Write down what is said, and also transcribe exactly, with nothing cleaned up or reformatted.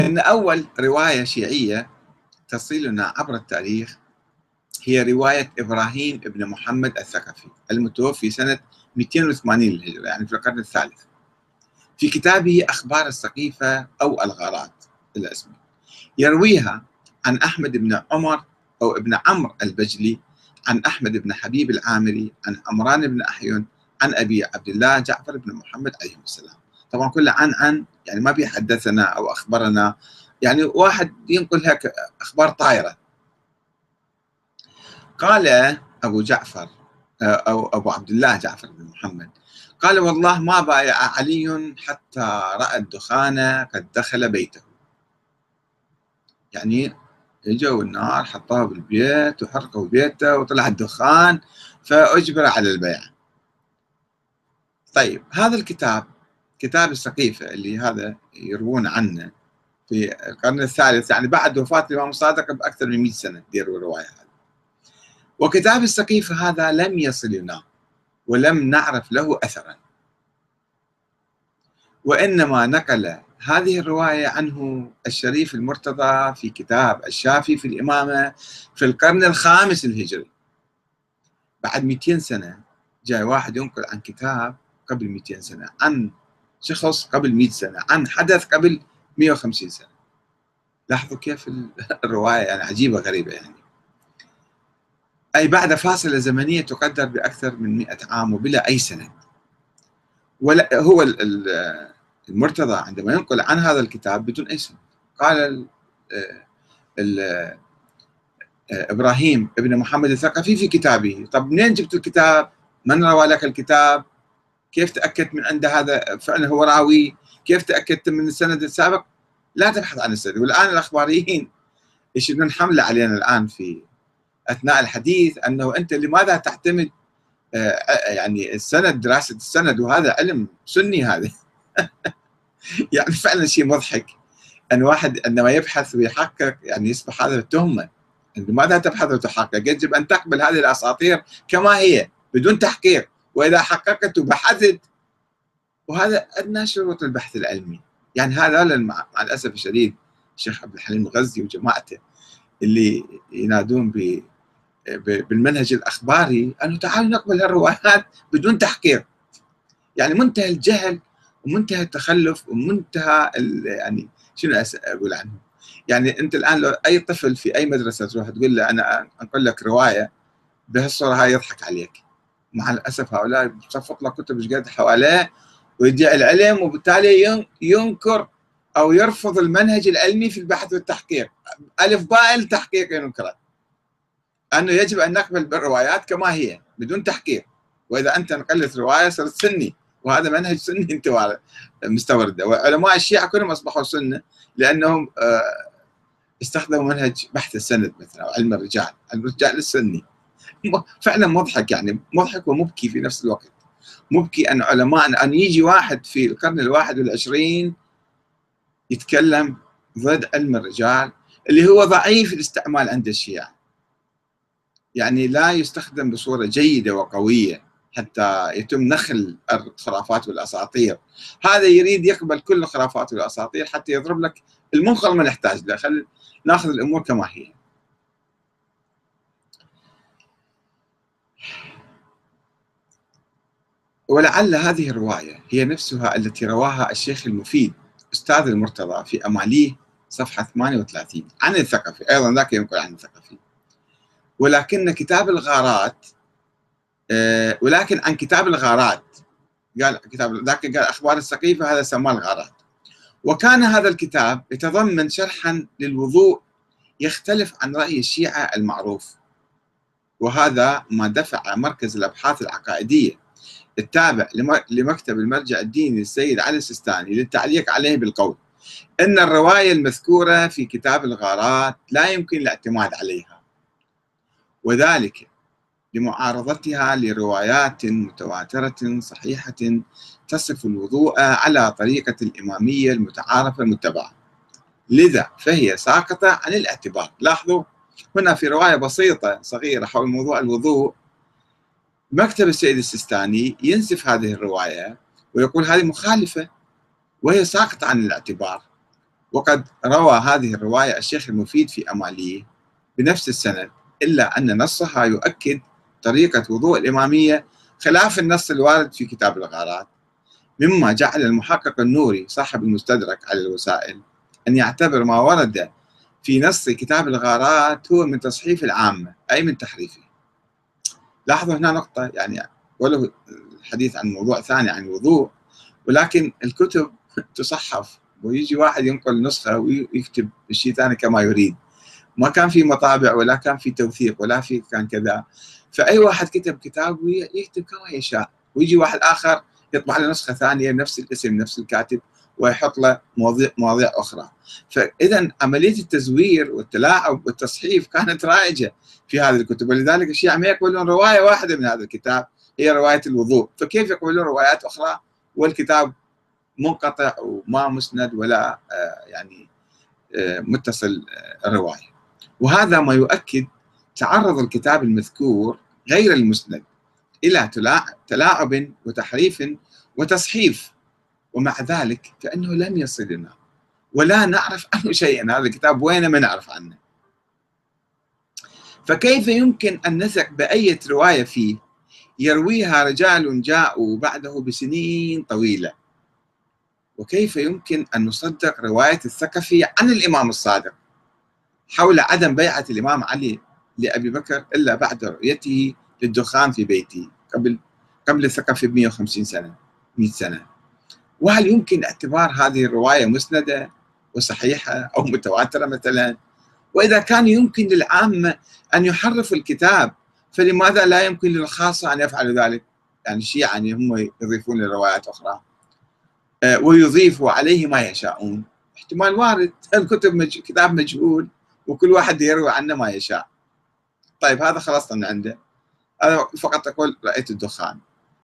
أن أول رواية شيعية تصلنا عبر التاريخ هي رواية إبراهيم بن محمد الثقفي المتوفي سنة مئتين وثمانين للهجرة، يعني في القرن الثالث، في كتابه أخبار السقيفة أو الغارات الاسم، يرويها عن أحمد بن عمر أو ابن عمرو البجلي، عن أحمد بن حبيب العامري، عن عمران بن أحيون، عن أبي عبد الله جعفر بن محمد عليه السلام. طبعا كله عن عن يعني ما بيحدثنا أو أخبرنا، يعني واحد ينقل هيك أخبار طايرة. قال أبو جعفر أو أبو عبد الله جعفر بن محمد قال: والله ما بايع علي حتى رأى الدخان قد دخل بيته. يعني اجوا النار حطوها بالبيت وحرقوا بيته وطلع الدخان فأجبر على البيع. طيب هذا الكتاب كتاب السقيفة اللي هذا يروون عنه في القرن الثالث، يعني بعد وفاة الإمام الصادق بأكثر من مئة سنة يروي الرواية هذه. وكتاب السقيفة هذا لم يصلنا ولم نعرف له أثرا، وإنما نقل هذه الرواية عنه الشريف المرتضى في كتاب الشافي في الإمامة في القرن الخامس الهجري. بعد مئتين سنة جاء واحد ينقل عن كتاب قبل مئتين سنة، عن شخص قبل مئة سنة، عن حدث قبل مئة وخمسين سنة. لاحظوا كيف الرواية يعني عجيبة غريبة، يعني أي بعد فاصلة زمنية تقدر بأكثر من مئة عام وبلا أي سند. ولا هو المرتضى عندما ينقل عن هذا الكتاب بدون أي سند قال ال ال إبراهيم ابن محمد الثقفي في كتابه. طب منين جبت الكتاب؟ من روى لك الكتاب؟ كيف تأكدت من عند هذا فعلا هو راوي؟ كيف تأكدت من السند السابق؟ لا تبحث عن السند. والآن الأخباريين يشنون حملة علينا الآن في أثناء الحديث أنه أنت لماذا تعتمد يعني السند، دراسة السند، وهذا علم سني هذا. يعني فعلا شيء مضحك أن واحد عندما يبحث ويحقق يعني يصبح هذا تهمة. لماذا تبحث وتحقق؟ يجب أن تقبل هذه الأساطير كما هي بدون تحقيق، وإذا حققت وبحثت، وهذا أدنى شروط البحث العلمي. يعني هذا مع الأسف الشديد الشيخ عبد الحليم الغزي وجماعته اللي ينادون ب بالمنهج الأخباري أنه تعالوا نقبل هالروايات بدون تحقيق. يعني منتهى الجهل ومنتهى التخلف ومنتهى يعني شنو أقول عنه. يعني أنت الآن لو أي طفل في أي مدرسة تروح تقول له أنا أنقل لك رواية بهالصورة هاي يضحك عليك. مع الأسف هؤلاء بتصفط لك كتب ايش قد حواليه ويدعي العلم، وبالتالي ينكر أو يرفض المنهج العلمي في البحث والتحقيق. ألف باء التحقيق ينكره، أنه يجب أن نقبل بالروايات كما هي بدون تحقيق. وإذا أنت نقلت رواية صرت سني، وهذا منهج سني أنت مستورده. وعلماء الشيعة كلهم أصبحوا سنة لأنهم استخدموا منهج بحث السند مثلا، أو علم الرجال، علم الرجال السني. فعلا مضحك، يعني مضحك ومبكي في نفس الوقت. مبكي أن علماء، أن يجي واحد في القرن الواحد والعشرين يتكلم ضد علم الرجال اللي هو ضعيف الاستعمال عند الشيعة، يعني لا يستخدم بصورة جيدة وقوية حتى يتم نخل الخرافات والأساطير. هذا يريد يقبل كل الخرافات والأساطير حتى يضرب لك المنخل ما نحتاج له. خل ناخذ الأمور كما هي. ولعل هذه الرواية هي نفسها التي رواها الشيخ المفيد أستاذ المرتضى في أماليه صفحة ثمانية وثلاثين عن الثقفي، أيضا ذاك ينقل عن الثقفي. ولكن كتاب الغارات أه ولكن عن كتاب الغارات قال كتاب ذاك قال أخبار السقيفة، هذا سماه الغارات. وكان هذا الكتاب يتضمن شرحا للوضوء يختلف عن رأي الشيعة المعروف، وهذا ما دفع مركز الأبحاث العقائدية التابع لمكتب المرجع الديني السيد علي السيستاني للتعليق عليه بالقول إن الرواية المذكورة في كتاب الغارات لا يمكن الاعتماد عليها، وذلك لمعارضتها لروايات متواترة صحيحة تصف الوضوء على طريقة الإمامية المتعارفة المتبعة، لذا فهي ساقطة عن الاعتبار. لاحظوا هنا في رواية بسيطة صغيرة حول موضوع الوضوء، مكتب السيد السيستاني ينسف هذه الرواية ويقول هذه مخالفة وهي ساقطة عن الاعتبار. وقد روى هذه الرواية الشيخ المفيد في أماليه بنفس السند، إلا أن نصها يؤكد طريقة وضوء الإمامية خلاف النص الوارد في كتاب الغارات، مما جعل المحقق النوري صاحب المستدرك على الوسائل أن يعتبر ما ورد في نص كتاب الغارات هو من تصحيف العامة، أي من تحريفه. لاحظوا هنا نقطة، يعني ولو الحديث عن موضوع ثاني عن الوضوء، ولكن الكتب تصحف ويجي واحد ينقل نسخة ويكتب الشيء ثاني كما يريد، ما كان في مطابع ولا كان في توثيق ولا في كان كذا، فأي واحد كتب كتاب ويكتب كما يشاء، ويجي واحد آخر يطبع له نسخة ثانية بنفس الاسم نفس الكاتب ويحط له مواضيع مواضيع أخرى. فإذا عملية التزوير والتلاعب والتصحيف كانت رائجة في هذه الكتب، ولذلك الشيعة ما يقبلون رواية واحدة من هذا الكتاب هي رواية الوضوء، فكيف يقبلون روايات أخرى والكتاب منقطع وما مسند ولا يعني متصل الرواية؟ وهذا ما يؤكد تعرض الكتاب المذكور غير المسند إلى تلاعب وتحريف وتصحيف، ومع ذلك فإنه لم يصلنا ولا نعرف عنه شيئا. هذا الكتاب وين ما نعرف عنه، فكيف يمكن أن نثق بأية رواية فيه يرويها رجال جاءوا بعده بسنين طويلة؟ وكيف يمكن أن نصدق رواية الثقفي عن الإمام الصادق حول عدم بيعة الإمام علي لأبي بكر إلا بعد رؤيته للدخان في بيته قبل قبل الثقفي ب مئة وخمسين سنة مئة سنة؟ وهل يمكن اعتبار هذه الرواية مسندة وصحيحة أو متواترة مثلا؟ وإذا كان يمكن للعامة أن يحرفوا الكتاب، فلماذا لا يمكن للخاصة أن يفعلوا ذلك؟ يعني الشيعة يعني هم يضيفون لروايات أخرى ويضيفوا عليه ما يشاءون. احتمال وارد، الكتب مج... كتاب مجهول وكل واحد يروي عنه ما يشاء. طيب هذا خلصنا من عنده، هذا فقط أقول رأيت الدخان.